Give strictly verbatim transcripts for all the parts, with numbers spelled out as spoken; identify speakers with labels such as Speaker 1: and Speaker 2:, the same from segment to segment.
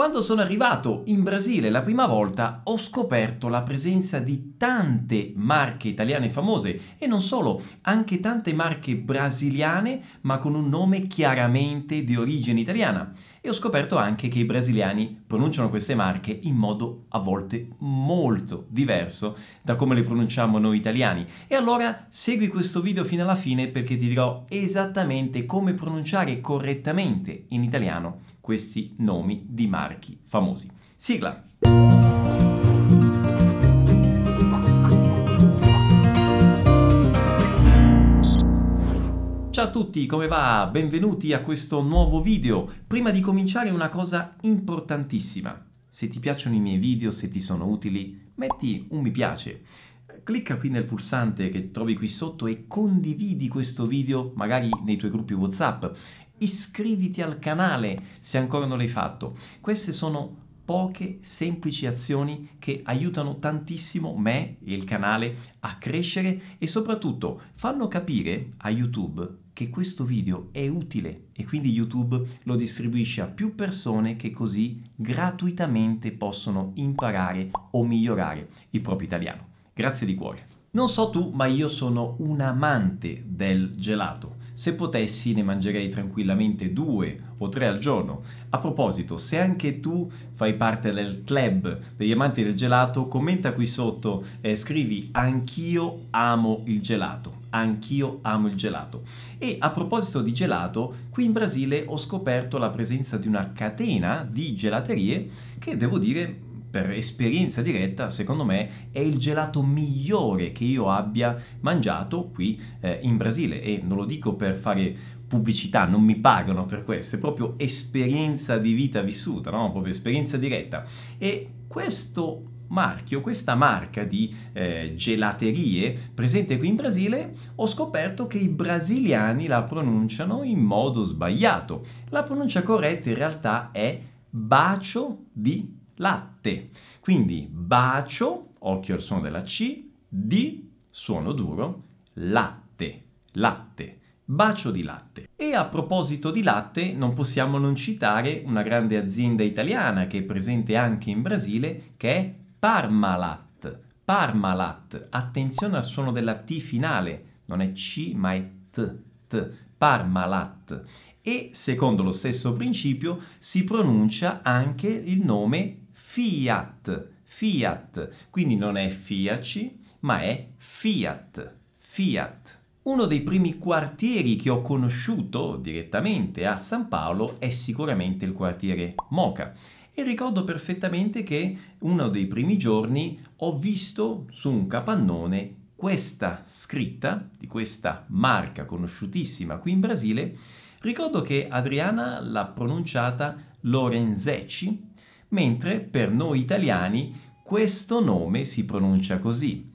Speaker 1: Quando sono arrivato in Brasile la prima volta ho scoperto la presenza di tante marche italiane famose e non solo, anche tante marche brasiliane ma con un nome chiaramente di origine italiana. E ho scoperto anche che i brasiliani pronunciano queste marche in modo a volte molto diverso da come le pronunciamo noi italiani. E allora segui questo video fino alla fine perché ti dirò esattamente come pronunciare correttamente in italiano questi nomi di marchi famosi. Sigla! Ciao a tutti, come va? Benvenuti a questo nuovo video. Prima di cominciare una cosa importantissima. Se ti piacciono i miei video, se ti sono utili, metti un mi piace. Clicca qui nel pulsante che trovi qui sotto e condividi questo video magari nei tuoi gruppi WhatsApp. Iscriviti al canale se ancora non l'hai fatto. Queste sono poche semplici azioni che aiutano tantissimo me e il canale a crescere e soprattutto fanno capire a YouTube che questo video è utile e quindi YouTube lo distribuisce a più persone che così gratuitamente possono imparare o migliorare il proprio italiano. Grazie di cuore. Non so tu, ma io sono un amante del gelato. Se potessi ne mangerei tranquillamente due o tre al giorno. A proposito, se anche tu fai parte del club degli amanti del gelato, commenta qui sotto e scrivi anch'io amo il gelato. Anch'io amo il gelato. E a proposito di gelato, qui in Brasile ho scoperto la presenza di una catena di gelaterie che devo dire, per esperienza diretta, secondo me è il gelato migliore che io abbia mangiato qui eh, in Brasile, e non lo dico per fare pubblicità, non mi pagano per questo, è proprio esperienza di vita vissuta, no? Proprio esperienza diretta. E questo marchio, questa marca di eh, gelaterie presente qui in Brasile, ho scoperto che i brasiliani la pronunciano in modo sbagliato. La pronuncia corretta in realtà è bacio di latte. Quindi bacio, occhio al suono della C, di, suono duro, latte, latte, bacio di latte. E a proposito di latte, non possiamo non citare una grande azienda italiana che è presente anche in Brasile, che è Parmalat. Parmalat, attenzione al suono della T finale, non è C ma è T, T, Parmalat. E secondo lo stesso principio si pronuncia anche il nome Fiat, Fiat, quindi non è Fiat, ma è Fiat, Fiat. Uno dei primi quartieri che ho conosciuto direttamente a San Paolo è sicuramente il quartiere Moca. E ricordo perfettamente che uno dei primi giorni ho visto su un capannone questa scritta di questa marca conosciutissima qui in Brasile. Ricordo che Adriana l'ha pronunciata Lorenzetti, mentre per noi italiani questo nome si pronuncia così,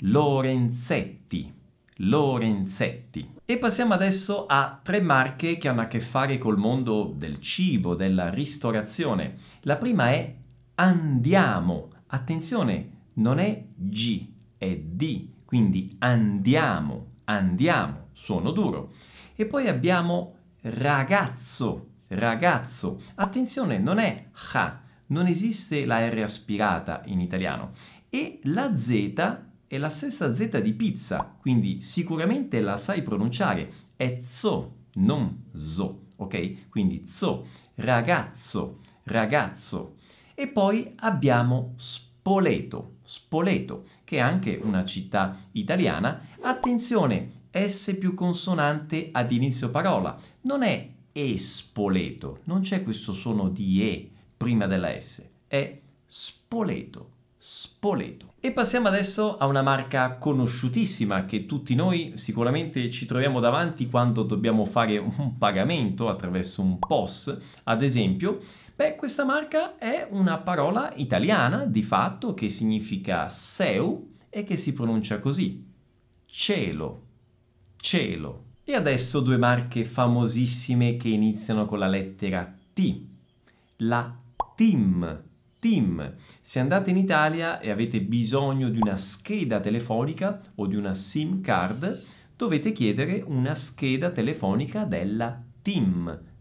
Speaker 1: Lorenzetti, Lorenzetti. E passiamo adesso a tre marche che hanno a che fare col mondo del cibo, della ristorazione. La prima è Andiamo. Attenzione, non è G, è D, quindi andiamo, andiamo, suono duro. E poi abbiamo ragazzo, ragazzo. Attenzione, non è ha, non esiste la R aspirata in italiano. E la Z è la stessa Z di pizza, quindi sicuramente la sai pronunciare. È zo, non zo, ok? Quindi zo, ragazzo, ragazzo. E poi abbiamo Spoleto, Spoleto, che è anche una città italiana. Attenzione, S più consonante ad inizio parola. Non è Espoleto, non c'è questo suono di E prima della S, è Spoleto, Spoleto. E passiamo adesso a una marca conosciutissima che tutti noi sicuramente ci troviamo davanti quando dobbiamo fare un pagamento attraverso un P O S, ad esempio. Beh, questa marca è una parola italiana di fatto che significa seu e che si pronuncia così, cielo, cielo. E adesso due marche famosissime che iniziano con la lettera T. La TIM, TIM. Se andate in Italia e avete bisogno di una scheda telefonica o di una SIM card, dovete chiedere una scheda telefonica della TIM,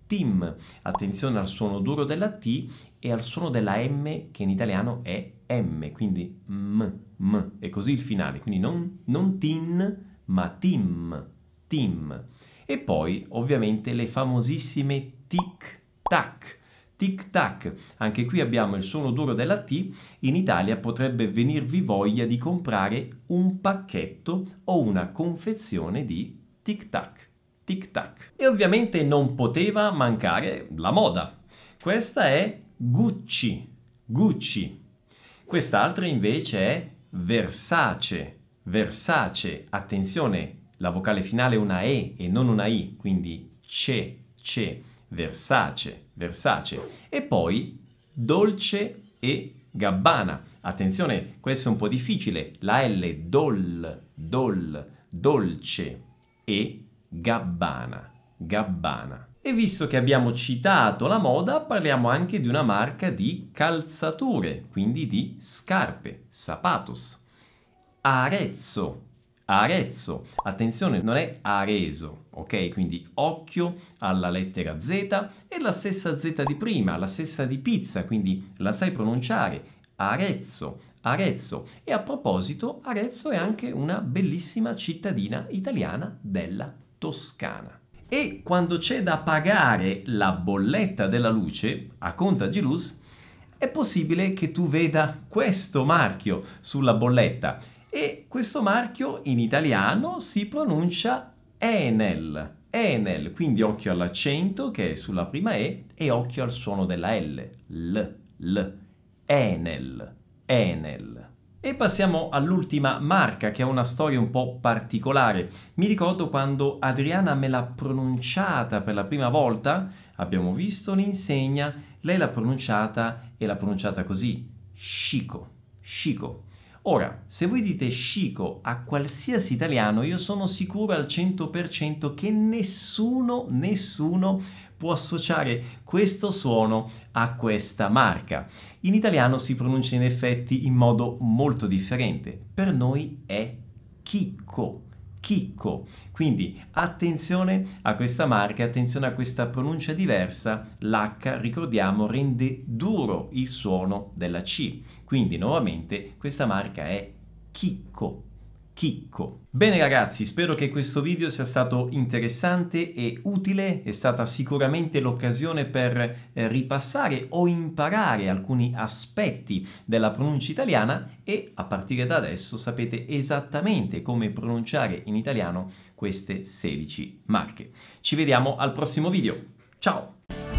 Speaker 1: tim. Attenzione al suono duro della T e al suono della M che in italiano è M, quindi m, m, e così il finale, quindi non, non tin, ma tim, tim. E poi ovviamente le famosissime tic-tac. Tic-tac, anche qui abbiamo il suono duro della T, in Italia potrebbe venirvi voglia di comprare un pacchetto o una confezione di tic-tac, tic-tac. E ovviamente non poteva mancare la moda. Questa è Gucci, Gucci. Quest'altra invece è Versace, Versace. Attenzione, la vocale finale è una E e non una I, quindi ce, ce. Versace, Versace. E poi Dolce e Gabbana. Attenzione, questo è un po' difficile. La L, dol, dol, dolce e Gabbana, Gabbana. E visto che abbiamo citato la moda, parliamo anche di una marca di calzature, quindi di scarpe, Zapatos. Arezzo, Arezzo, attenzione, non è Areso, ok? Quindi occhio alla lettera Z e la stessa Z di prima, la stessa di pizza, quindi la sai pronunciare. Arezzo, Arezzo. E a proposito, Arezzo è anche una bellissima cittadina italiana della Toscana. E quando c'è da pagare la bolletta della luce a Conta Gelus, è possibile che tu veda questo marchio sulla bolletta. E questo marchio in italiano si pronuncia Enel, Enel, quindi occhio all'accento che è sulla prima E e occhio al suono della L, L, L, Enel, Enel. E passiamo all'ultima marca che ha una storia un po' particolare. Mi ricordo quando Adriana me l'ha pronunciata per la prima volta, abbiamo visto l'insegna, lei l'ha pronunciata e l'ha pronunciata così, Chico, Chico. Ora, se voi dite Chico a qualsiasi italiano, io sono sicuro al cento per cento che nessuno, nessuno può associare questo suono a questa marca. In italiano si pronuncia in effetti in modo molto differente. Per noi è chicco, chicco. Quindi attenzione a questa marca, attenzione a questa pronuncia diversa. L'H, ricordiamo, rende duro il suono della C. Quindi nuovamente questa marca è chicco. Chicco. Bene ragazzi, spero che questo video sia stato interessante e utile, è stata sicuramente l'occasione per eh, ripassare o imparare alcuni aspetti della pronuncia italiana e a partire da adesso sapete esattamente come pronunciare in italiano queste sedici marche. Ci vediamo al prossimo video. Ciao!